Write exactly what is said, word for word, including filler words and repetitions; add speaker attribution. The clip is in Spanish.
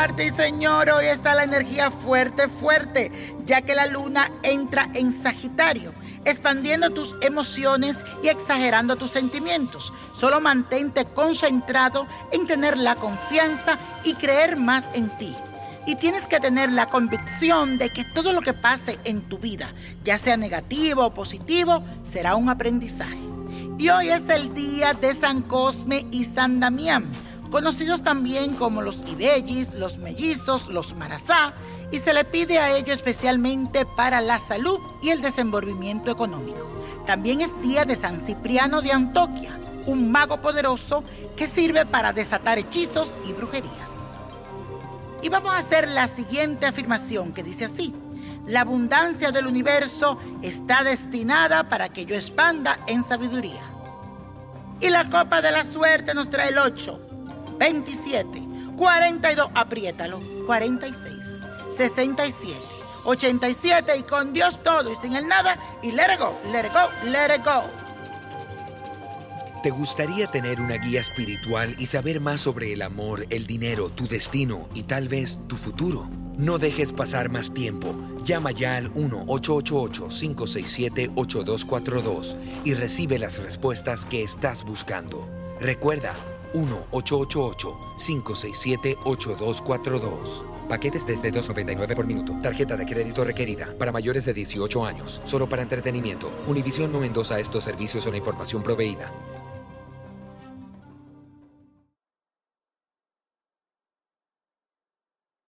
Speaker 1: Marte y Señor, hoy está la energía fuerte, fuerte, ya que la luna entra en Sagitario, expandiendo tus emociones y exagerando tus sentimientos. Solo mantente concentrado en tener la confianza y creer más en ti. Y tienes que tener la convicción de que todo lo que pase en tu vida, ya sea negativo o positivo, será un aprendizaje. Y hoy es el día de San Cosme y San Damián, conocidos también como los Ibellis, los Mellizos, los Marazá, y se le pide a ellos especialmente para la salud y el desenvolvimiento económico. También es día de San Cipriano de Antioquía, un mago poderoso que sirve para desatar hechizos y brujerías. Y vamos a hacer la siguiente afirmación que dice así: la abundancia del universo está destinada para que yo expanda en sabiduría. Y la copa de la suerte nos trae el ocho, veintisiete, cuarenta y dos, apriétalo, cuarenta y seis, sesenta y siete, ochenta y siete y con Dios todo y sin el nada y let it go, let it go, let it go.
Speaker 2: ¿Te gustaría tener una guía espiritual y saber más sobre el amor, el dinero, tu destino y tal vez tu futuro? No dejes pasar más tiempo. Llama ya al uno ocho ocho ocho, cinco seis siete, ocho dos cuatro dos y recibe las respuestas que estás buscando. Recuerda, uno ocho ocho ocho, cinco seis siete, ocho dos cuatro dos. Paquetes desde dos noventa y nueve por minuto. Tarjeta de crédito requerida para mayores de dieciocho años. Solo para entretenimiento. Univision no endosa estos servicios o la información proveída.